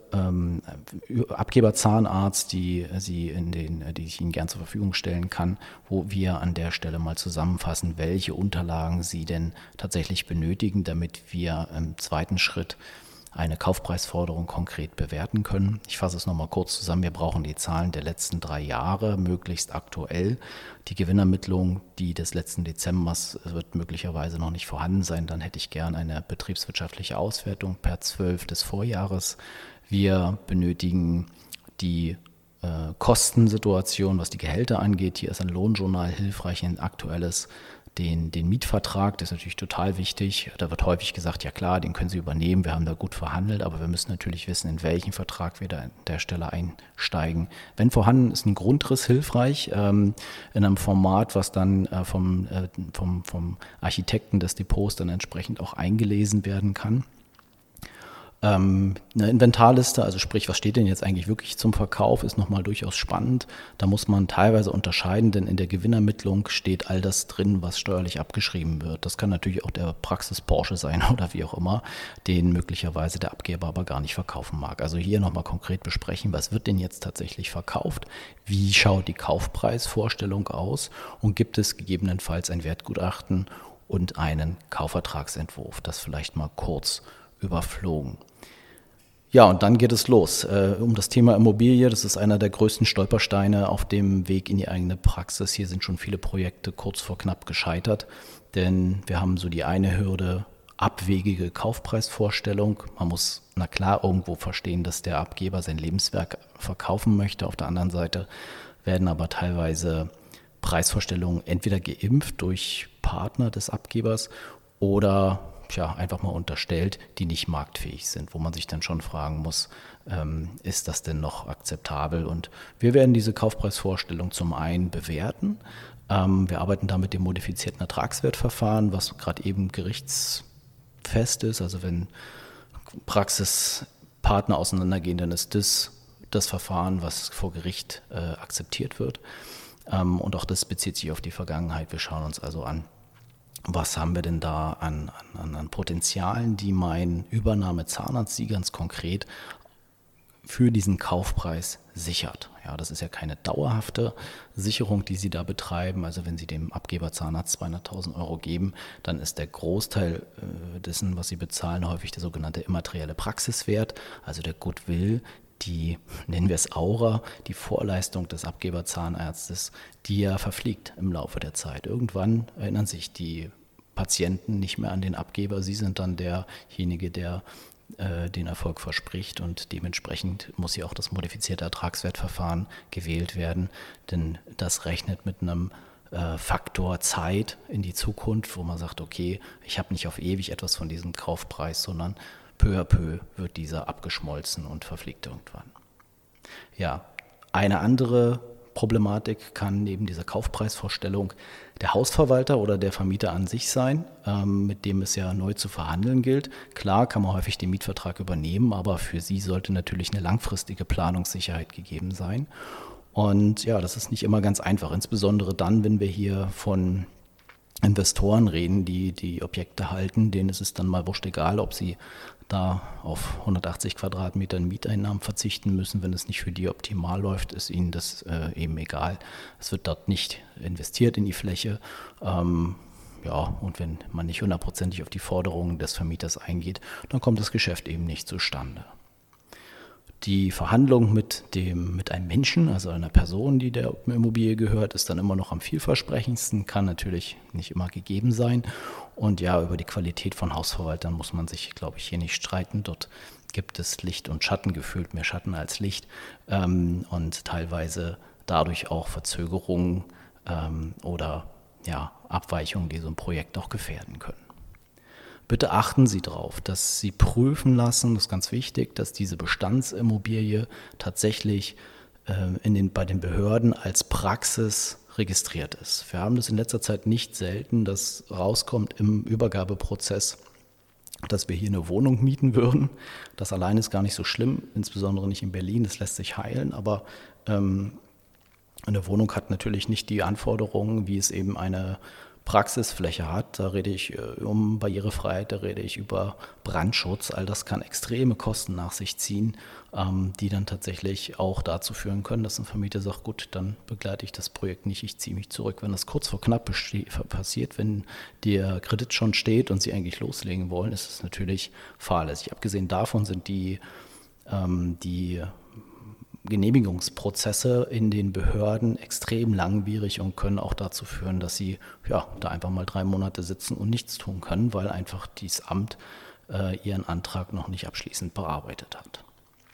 Abgeberzahnarzt, die ich Ihnen gern zur Verfügung stellen kann, wo wir an der Stelle mal zusammenfassen, welche Unterlagen Sie denn tatsächlich benötigen, damit wir im zweiten Schritt eine Kaufpreisforderung konkret bewerten können. Ich fasse es nochmal kurz zusammen. Wir brauchen die Zahlen der letzten 3 Jahre, möglichst aktuell. Die Gewinnermittlung, die des letzten Dezembers, wird möglicherweise noch nicht vorhanden sein. Dann hätte ich gern eine betriebswirtschaftliche Auswertung per 12 des Vorjahres. Wir benötigen die Kostensituation, was die Gehälter angeht. Hier ist ein Lohnjournal hilfreich, ein aktuelles. Den Mietvertrag, das ist natürlich total wichtig. Da wird häufig gesagt, ja klar, den können Sie übernehmen, wir haben da gut verhandelt, aber wir müssen natürlich wissen, in welchen Vertrag wir da an der Stelle einsteigen. Wenn vorhanden, ist ein Grundriss hilfreich, in einem Format, was dann vom Architekten des Depots dann entsprechend auch eingelesen werden kann. Eine Inventarliste, also sprich, was steht denn jetzt eigentlich wirklich zum Verkauf, ist nochmal durchaus spannend. Da muss man teilweise unterscheiden, denn in der Gewinnermittlung steht all das drin, was steuerlich abgeschrieben wird. Das kann natürlich auch der Praxis Porsche sein oder wie auch immer, den möglicherweise der Abgeber aber gar nicht verkaufen mag. Also hier nochmal konkret besprechen, was wird denn jetzt tatsächlich verkauft, wie schaut die Kaufpreisvorstellung aus und gibt es gegebenenfalls ein Wertgutachten und einen Kaufvertragsentwurf. Das vielleicht mal kurz überflogen. Ja, und dann geht es los. Um das Thema Immobilie, das ist einer der größten Stolpersteine auf dem Weg in die eigene Praxis. Hier sind schon viele Projekte kurz vor knapp gescheitert, denn wir haben so die eine Hürde, abwegige Kaufpreisvorstellung. Man muss, na klar, irgendwo verstehen, dass der Abgeber sein Lebenswerk verkaufen möchte. Auf der anderen Seite werden aber teilweise Preisvorstellungen entweder geimpft durch Partner des Abgebers oder einfach mal unterstellt, die nicht marktfähig sind, wo man sich dann schon fragen muss, ist das denn noch akzeptabel? Und wir werden diese Kaufpreisvorstellung zum einen bewerten. Wir arbeiten da mit dem modifizierten Ertragswertverfahren, was gerade eben gerichtsfest ist. Also wenn Praxispartner auseinandergehen, dann ist das Verfahren, was vor Gericht akzeptiert wird. Und auch das bezieht sich auf die Vergangenheit. Wir schauen uns also an, was haben wir denn da an Potenzialen, die mein Übernahmezahnarzt Sie ganz konkret für diesen Kaufpreis sichert. Ja, das ist ja keine dauerhafte Sicherung, die Sie da betreiben. Also wenn Sie dem Abgeber Zahnarzt 200.000 Euro geben, dann ist der Großteil dessen, was Sie bezahlen, häufig der sogenannte immaterielle Praxiswert, also der Goodwill, die, nennen wir es Aura, die Vorleistung des Abgeberzahnarztes, die ja verfliegt im Laufe der Zeit. Irgendwann erinnern sich die Patienten nicht mehr an den Abgeber. Sie sind dann derjenige, der den Erfolg verspricht, und dementsprechend muss hier auch das modifizierte Ertragswertverfahren gewählt werden, denn das rechnet mit einem Faktor Zeit in die Zukunft, wo man sagt, okay, ich habe nicht auf ewig etwas von diesem Kaufpreis, sondern peu à peu wird dieser abgeschmolzen und verfliegt irgendwann. Ja, eine andere Problematik kann neben dieser Kaufpreisvorstellung der Hausverwalter oder der Vermieter an sich sein, mit dem es ja neu zu verhandeln gilt. Klar kann man häufig den Mietvertrag übernehmen, aber für sie sollte natürlich eine langfristige Planungssicherheit gegeben sein. Und ja, das ist nicht immer ganz einfach, insbesondere dann, wenn wir hier von Investoren reden, die Objekte halten, denen ist es dann mal wurscht egal, ob sie da auf 180 Quadratmetern Mieteinnahmen verzichten müssen. Wenn es nicht für die optimal läuft, ist ihnen das eben egal. Es wird dort nicht investiert in die Fläche. Ja, und wenn man nicht hundertprozentig auf die Forderungen des Vermieters eingeht, dann kommt das Geschäft eben nicht zustande. Die Verhandlung mit einem Menschen, also einer Person, die der Immobilie gehört, ist dann immer noch am vielversprechendsten, kann natürlich nicht immer gegeben sein. Und ja, über die Qualität von Hausverwaltern muss man sich, glaube ich, hier nicht streiten. Dort gibt es Licht und Schatten, gefühlt mehr Schatten als Licht, und teilweise dadurch auch Verzögerungen oder ja, Abweichungen, die so ein Projekt auch gefährden können. Bitte achten Sie darauf, dass Sie prüfen lassen, das ist ganz wichtig, dass diese Bestandsimmobilie tatsächlich bei den Behörden als Praxis registriert ist. Wir haben das in letzter Zeit nicht selten, dass rauskommt im Übergabeprozess, dass wir hier eine Wohnung mieten würden. Das allein ist gar nicht so schlimm, insbesondere nicht in Berlin, das lässt sich heilen, aber eine Wohnung hat natürlich nicht die Anforderungen, wie es eben eine Praxisfläche hat. Da rede ich um Barrierefreiheit, da rede ich über Brandschutz. All das kann extreme Kosten nach sich ziehen, die dann tatsächlich auch dazu führen können, dass ein Vermieter sagt, gut, dann begleite ich das Projekt nicht, ich ziehe mich zurück. Wenn das kurz vor knapp passiert, wenn der Kredit schon steht und Sie eigentlich loslegen wollen, ist es natürlich fahrlässig. Abgesehen davon sind die Genehmigungsprozesse in den Behörden extrem langwierig und können auch dazu führen, dass sie ja, da einfach mal 3 Monate sitzen und nichts tun können, weil einfach dieses Amt ihren Antrag noch nicht abschließend bearbeitet hat.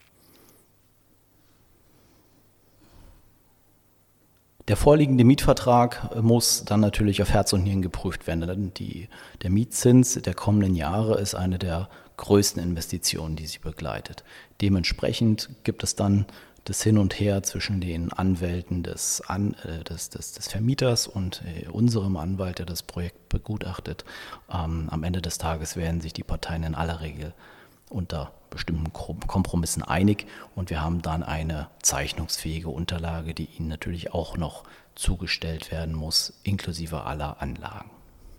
Der vorliegende Mietvertrag muss dann natürlich auf Herz und Nieren geprüft werden. Denn der Mietzins der kommenden Jahre ist eine der größten Investitionen, die sie begleitet. Dementsprechend gibt es dann das Hin und Her zwischen den Anwälten des Vermieters und unserem Anwalt, der das Projekt begutachtet. Am Ende des Tages werden sich die Parteien in aller Regel unter bestimmten Kompromissen einig und wir haben dann eine zeichnungsfähige Unterlage, die Ihnen natürlich auch noch zugestellt werden muss, inklusive aller Anlagen.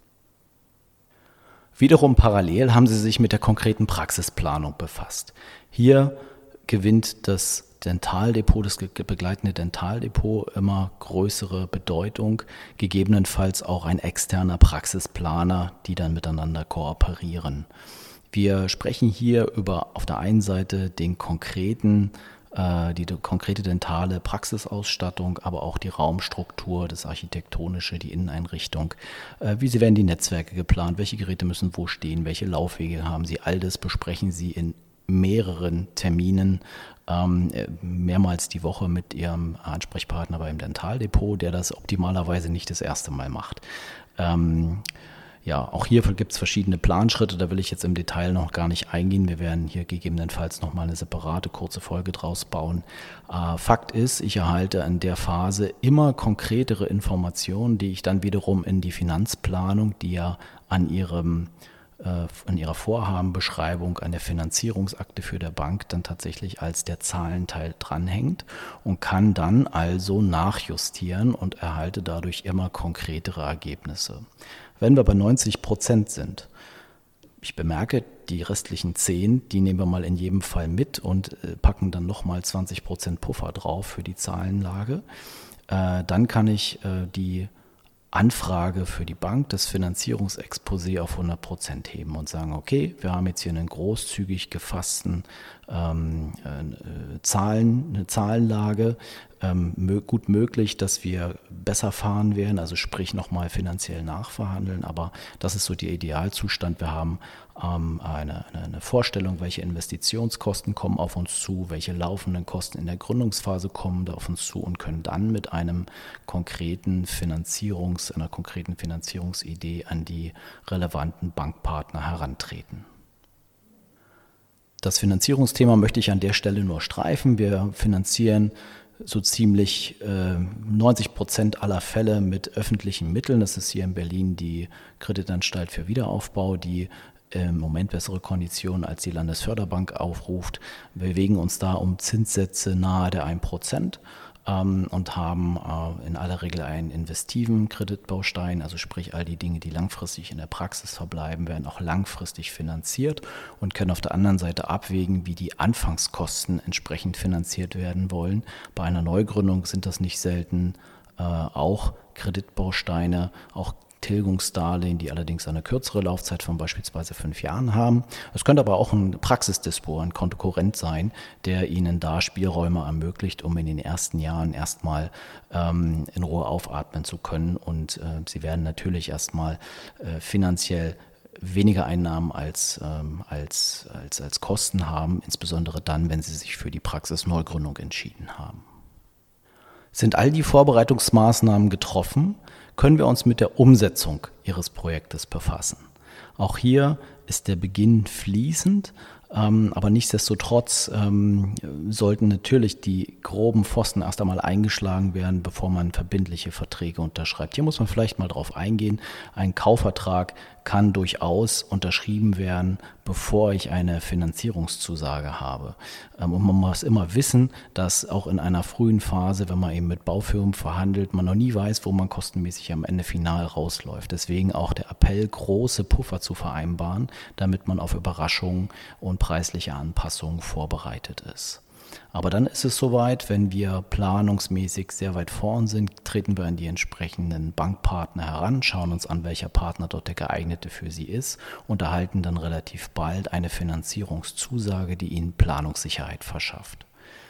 Wiederum parallel haben Sie sich mit der konkreten Praxisplanung befasst. Hier gewinnt das Dentaldepot, das begleitende Dentaldepot immer größere Bedeutung, gegebenenfalls auch ein externer Praxisplaner, die dann miteinander kooperieren. Wir sprechen hier über auf der einen Seite die konkrete dentale Praxisausstattung, aber auch die Raumstruktur, das Architektonische, die Inneneinrichtung. Wie werden die Netzwerke geplant, welche Geräte müssen wo stehen, welche Laufwege haben Sie, all das besprechen Sie in mehreren Terminen mehrmals die Woche mit Ihrem Ansprechpartner beim Dentaldepot, der das optimalerweise nicht das erste Mal macht. Ja, auch hier gibt es verschiedene Planschritte, da will ich jetzt im Detail noch gar nicht eingehen. Wir werden hier gegebenenfalls nochmal eine separate kurze Folge draus bauen. Fakt ist, ich erhalte in der Phase immer konkretere Informationen, die ich dann wiederum in die Finanzplanung, die ja an ihrer Vorhabenbeschreibung, an der Finanzierungsakte für der Bank dann tatsächlich als der Zahlenteil dranhängt und kann dann also nachjustieren und erhalte dadurch immer konkretere Ergebnisse. Wenn wir bei 90% sind, ich bemerke, die restlichen 10, die nehmen wir mal in jedem Fall mit und packen dann nochmal 20% Puffer drauf für die Zahlenlage, dann kann ich die Anfrage für die Bank, das Finanzierungsexposé auf 100% heben und sagen, okay, wir haben jetzt hier einen großzügig gefassten eine Zahlenlage, gut möglich, dass wir besser fahren werden, also sprich nochmal finanziell nachverhandeln, aber das ist so der Idealzustand. Wir haben eine Vorstellung, welche Investitionskosten kommen auf uns zu, welche laufenden Kosten in der Gründungsphase kommen da auf uns zu und können dann mit einer konkreten Finanzierungsidee an die relevanten Bankpartner herantreten. Das Finanzierungsthema möchte ich an der Stelle nur streifen. Wir finanzieren so ziemlich 90% aller Fälle mit öffentlichen Mitteln. Das ist hier in Berlin die Kreditanstalt für Wiederaufbau, die im Moment bessere Konditionen als die Landesförderbank aufruft. Wir bewegen uns da um Zinssätze nahe der 1%. Und haben in aller Regel einen investiven Kreditbaustein, also sprich all die Dinge, die langfristig in der Praxis verbleiben, werden auch langfristig finanziert und können auf der anderen Seite abwägen, wie die Anfangskosten entsprechend finanziert werden wollen. Bei einer Neugründung sind das nicht selten auch Kreditbausteine, auch Tilgungsdarlehen, die allerdings eine kürzere Laufzeit von beispielsweise 5 Jahren haben. Es könnte aber auch ein Praxisdispo, ein Kontokorrent sein, der Ihnen da Spielräume ermöglicht, um in den ersten Jahren erstmal in Ruhe aufatmen zu können. Und Sie werden natürlich erstmal finanziell weniger Einnahmen als Kosten haben, insbesondere dann, wenn Sie sich für die Praxisneugründung entschieden haben. Sind all die Vorbereitungsmaßnahmen getroffen, können wir uns mit der Umsetzung Ihres Projektes befassen. Auch hier ist der Beginn fließend, aber nichtsdestotrotz sollten natürlich die groben Pfosten erst einmal eingeschlagen werden, bevor man verbindliche Verträge unterschreibt. Hier muss man vielleicht mal drauf eingehen. Ein Kaufvertrag kann durchaus unterschrieben werden, bevor ich eine Finanzierungszusage habe. Und man muss immer wissen, dass auch in einer frühen Phase, wenn man eben mit Baufirmen verhandelt, man noch nie weiß, wo man kostenmäßig am Ende final rausläuft. Deswegen auch der Appell, große Puffer zu vereinbaren, damit man auf Überraschungen und preisliche Anpassungen vorbereitet ist. Aber dann ist es soweit, wenn wir planungsmäßig sehr weit vorn sind, treten wir an die entsprechenden Bankpartner heran, schauen uns an, welcher Partner dort der geeignete für sie ist und erhalten dann relativ bald eine Finanzierungszusage, die ihnen Planungssicherheit verschafft.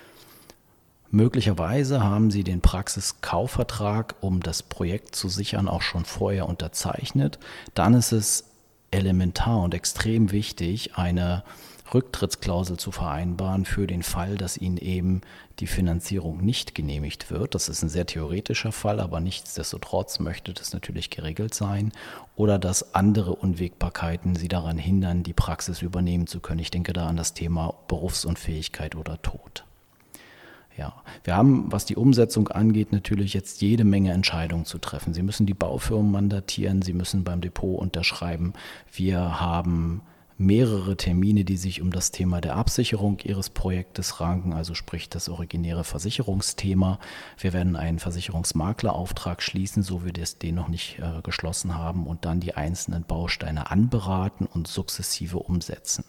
Möglicherweise haben Sie den Praxiskaufvertrag, um das Projekt zu sichern, auch schon vorher unterzeichnet. Dann ist es elementar und extrem wichtig, eine Rücktrittsklausel zu vereinbaren für den Fall, dass Ihnen eben die Finanzierung nicht genehmigt wird. Das ist ein sehr theoretischer Fall, aber nichtsdestotrotz möchte das natürlich geregelt sein. Oder dass andere Unwägbarkeiten Sie daran hindern, die Praxis übernehmen zu können. Ich denke da an das Thema Berufsunfähigkeit oder Tod. Ja, wir haben, was die Umsetzung angeht, natürlich jetzt jede Menge Entscheidungen zu treffen. Sie müssen die Baufirmen mandatieren, Sie müssen beim Depot unterschreiben. Wir haben mehrere Termine, die sich um das Thema der Absicherung Ihres Projektes ranken, also sprich das originäre Versicherungsthema. Wir werden einen Versicherungsmaklerauftrag schließen, so wir den noch nicht geschlossen haben, und dann die einzelnen Bausteine anberaten und sukzessive umsetzen.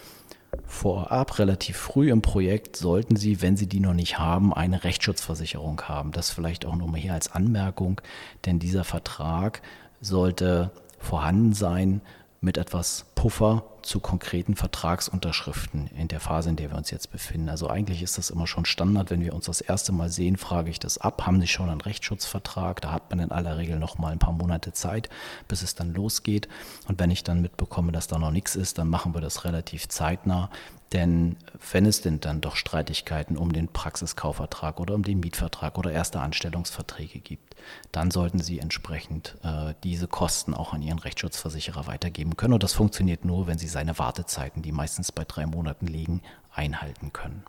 Vorab, relativ früh im Projekt, sollten Sie, wenn Sie die noch nicht haben, eine Rechtsschutzversicherung haben. Das vielleicht auch nochmal hier als Anmerkung, denn dieser Vertrag sollte vorhanden sein mit etwas Puffer zu konkreten Vertragsunterschriften in der Phase, in der wir uns jetzt befinden. Also eigentlich ist das immer schon Standard, wenn wir uns das erste Mal sehen, frage ich das ab, haben Sie schon einen Rechtsschutzvertrag? Da hat man in aller Regel noch mal ein paar Monate Zeit, bis es dann losgeht. Und wenn ich dann mitbekomme, dass da noch nichts ist, dann machen wir das relativ zeitnah. Denn wenn es denn dann doch Streitigkeiten um den Praxiskaufvertrag oder um den Mietvertrag oder erste Anstellungsverträge gibt, dann sollten Sie entsprechend diese Kosten auch an Ihren Rechtsschutzversicherer weitergeben können. Und das funktioniert nur, wenn Sie seine Wartezeiten, die meistens bei 3 Monaten liegen, einhalten können.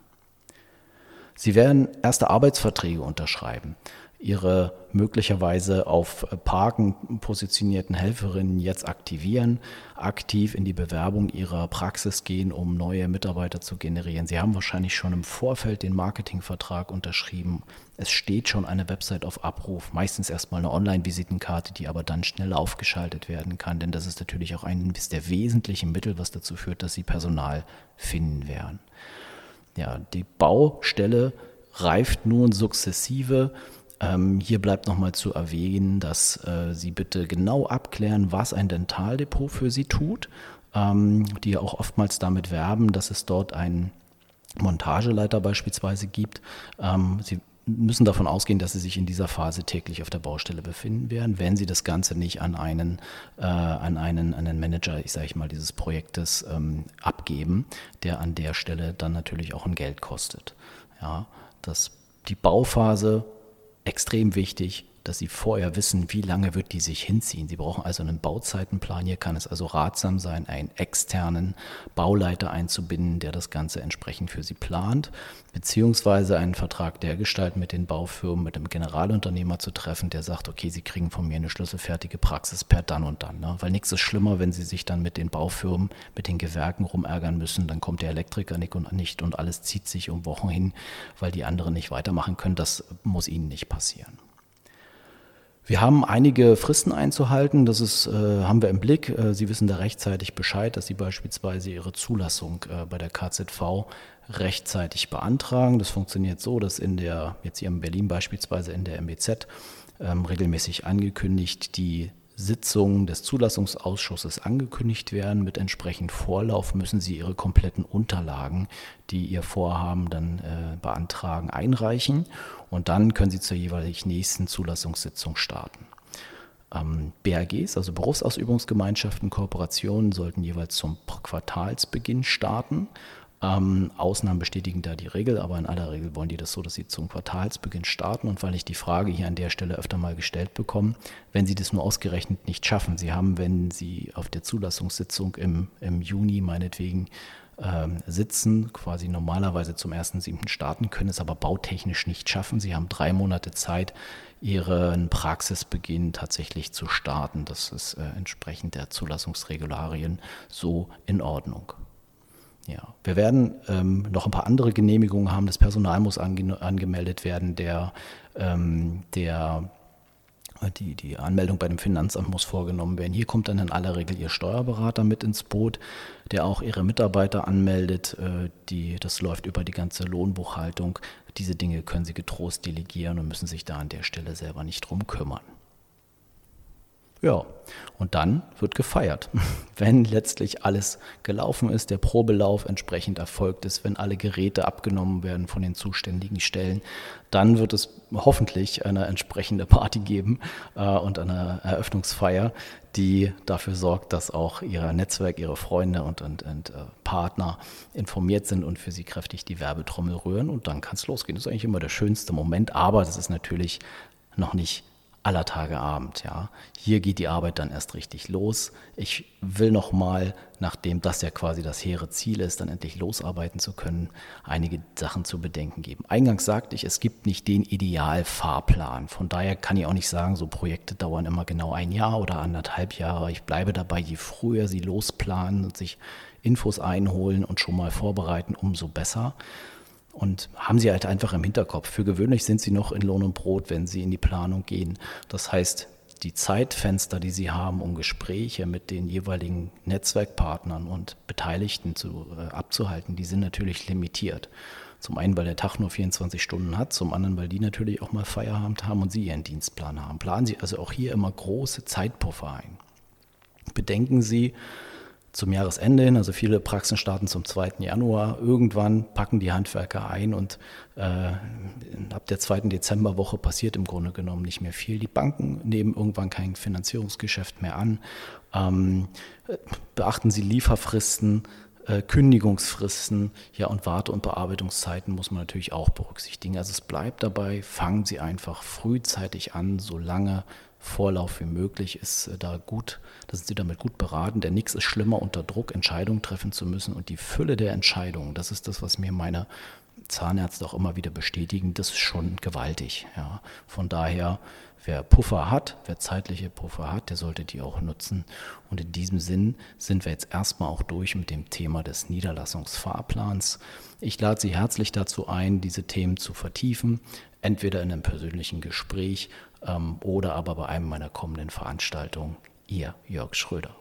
Sie werden erste Arbeitsverträge unterschreiben. Ihre möglicherweise auf Parken positionierten Helferinnen jetzt aktivieren, aktiv in die Bewerbung ihrer Praxis gehen, um neue Mitarbeiter zu generieren. Sie haben wahrscheinlich schon im Vorfeld den Marketingvertrag unterschrieben. Es steht schon eine Website auf Abruf, meistens erstmal eine Online-Visitenkarte, die aber dann schnell aufgeschaltet werden kann, denn das ist natürlich auch eines der wesentlichen Mittel, was dazu führt, dass Sie Personal finden werden. Ja, die Baustelle reift nun sukzessive. Hier bleibt nochmal zu erwähnen, dass Sie bitte genau abklären, was ein Dentaldepot für Sie tut, die auch oftmals damit werben, dass es dort einen Montageleiter beispielsweise gibt. Sie müssen davon ausgehen, dass Sie sich in dieser Phase täglich auf der Baustelle befinden werden, wenn Sie das Ganze nicht an einen Manager, ich sage mal, dieses Projektes abgeben, der an der Stelle dann natürlich auch ein Geld kostet. Ja, die Bauphase extrem wichtig, dass Sie vorher wissen, wie lange wird die sich hinziehen. Sie brauchen also einen Bauzeitenplan. Hier kann es also ratsam sein, einen externen Bauleiter einzubinden, der das Ganze entsprechend für Sie plant, beziehungsweise einen Vertrag dergestalt mit den Baufirmen, mit dem Generalunternehmer zu treffen, der sagt, okay, Sie kriegen von mir eine schlüsselfertige Praxis per dann und dann. Ne? Weil nichts ist schlimmer, wenn Sie sich dann mit den Baufirmen, mit den Gewerken rumärgern müssen, dann kommt der Elektriker nicht und alles zieht sich um Wochen hin, weil die anderen nicht weitermachen können. Das muss Ihnen nicht passieren. Wir haben einige Fristen einzuhalten, haben wir im Blick. Sie wissen da rechtzeitig Bescheid, dass Sie beispielsweise Ihre Zulassung bei der KZV rechtzeitig beantragen. Das funktioniert so, dass jetzt hier in Berlin beispielsweise in der MBZ regelmäßig angekündigt die Sitzungen des Zulassungsausschusses angekündigt werden. Mit entsprechend Vorlauf müssen Sie Ihre kompletten Unterlagen, die Ihr Vorhaben dann beantragen, einreichen und dann können Sie zur jeweils nächsten Zulassungssitzung starten. BAGs, also Berufsausübungsgemeinschaften, Kooperationen, sollten jeweils zum Quartalsbeginn starten. Ausnahmen bestätigen da die Regel, aber in aller Regel wollen die das so, dass sie zum Quartalsbeginn starten. Und weil ich die Frage hier an der Stelle öfter mal gestellt bekomme, wenn sie das nur ausgerechnet nicht schaffen, sie haben, wenn sie auf der Zulassungssitzung im Juni meinetwegen sitzen, quasi normalerweise zum 1.7. starten, können es aber bautechnisch nicht schaffen. Sie haben 3 Monate Zeit, ihren Praxisbeginn tatsächlich zu starten. Das ist entsprechend der Zulassungsregularien so in Ordnung. Ja, wir werden noch ein paar andere Genehmigungen haben. Das Personal muss angemeldet werden. Die Anmeldung bei dem Finanzamt muss vorgenommen werden. Hier kommt dann in aller Regel Ihr Steuerberater mit ins Boot, der auch Ihre Mitarbeiter anmeldet. Das läuft über die ganze Lohnbuchhaltung. Diese Dinge können Sie getrost delegieren und müssen sich da an der Stelle selber nicht drum kümmern. Ja, und dann wird gefeiert, wenn letztlich alles gelaufen ist, der Probelauf entsprechend erfolgt ist, wenn alle Geräte abgenommen werden von den zuständigen Stellen, dann wird es hoffentlich eine entsprechende Party geben und eine Eröffnungsfeier, die dafür sorgt, dass auch Ihr Netzwerk, Ihre Freunde und Partner informiert sind und für Sie kräftig die Werbetrommel rühren und dann kann es losgehen. Das ist eigentlich immer der schönste Moment, aber das ist natürlich noch nicht aller Tage Abend, ja. Hier geht die Arbeit dann erst richtig los. Ich will nochmal, nachdem das ja quasi das hehre Ziel ist, dann endlich losarbeiten zu können, einige Sachen zu bedenken geben. Eingangs sagte ich, es gibt nicht den Idealfahrplan. Von daher kann ich auch nicht sagen, so Projekte dauern immer genau 1 Jahr oder 1,5 Jahre. Ich bleibe dabei, je früher Sie losplanen und sich Infos einholen und schon mal vorbereiten, umso besser. Und haben Sie halt einfach im Hinterkopf. Für gewöhnlich sind Sie noch in Lohn und Brot, wenn Sie in die Planung gehen. Das heißt, die Zeitfenster, die Sie haben, um Gespräche mit den jeweiligen Netzwerkpartnern und Beteiligten abzuhalten, die sind natürlich limitiert. Zum einen, weil der Tag nur 24 Stunden hat, zum anderen, weil die natürlich auch mal Feierabend haben und Sie Ihren Dienstplan haben. Planen Sie also auch hier immer große Zeitpuffer ein. Bedenken Sie, zum Jahresende hin, also viele Praxen starten zum 2. Januar, irgendwann packen die Handwerker ein und ab der 2. Dezemberwoche passiert im Grunde genommen nicht mehr viel. Die Banken nehmen irgendwann kein Finanzierungsgeschäft mehr an. Beachten Sie Lieferfristen, Kündigungsfristen, ja, und Warte- und Bearbeitungszeiten muss man natürlich auch berücksichtigen. Also es bleibt dabei, fangen Sie einfach frühzeitig an, solange Vorlauf wie möglich ist da sind Sie damit gut beraten, denn nichts ist schlimmer, unter Druck Entscheidungen treffen zu müssen und die Fülle der Entscheidungen, das ist das, was mir meine Zahnärzte auch immer wieder bestätigen, das ist schon gewaltig. Ja. Von daher, wer zeitliche Puffer hat, der sollte die auch nutzen. Und in diesem Sinn sind wir jetzt erstmal auch durch mit dem Thema des Niederlassungsfahrplans. Ich lade Sie herzlich dazu ein, diese Themen zu vertiefen, entweder in einem persönlichen Gespräch oder aber bei einem meiner kommenden Veranstaltungen. Ihr Jörg Schröder.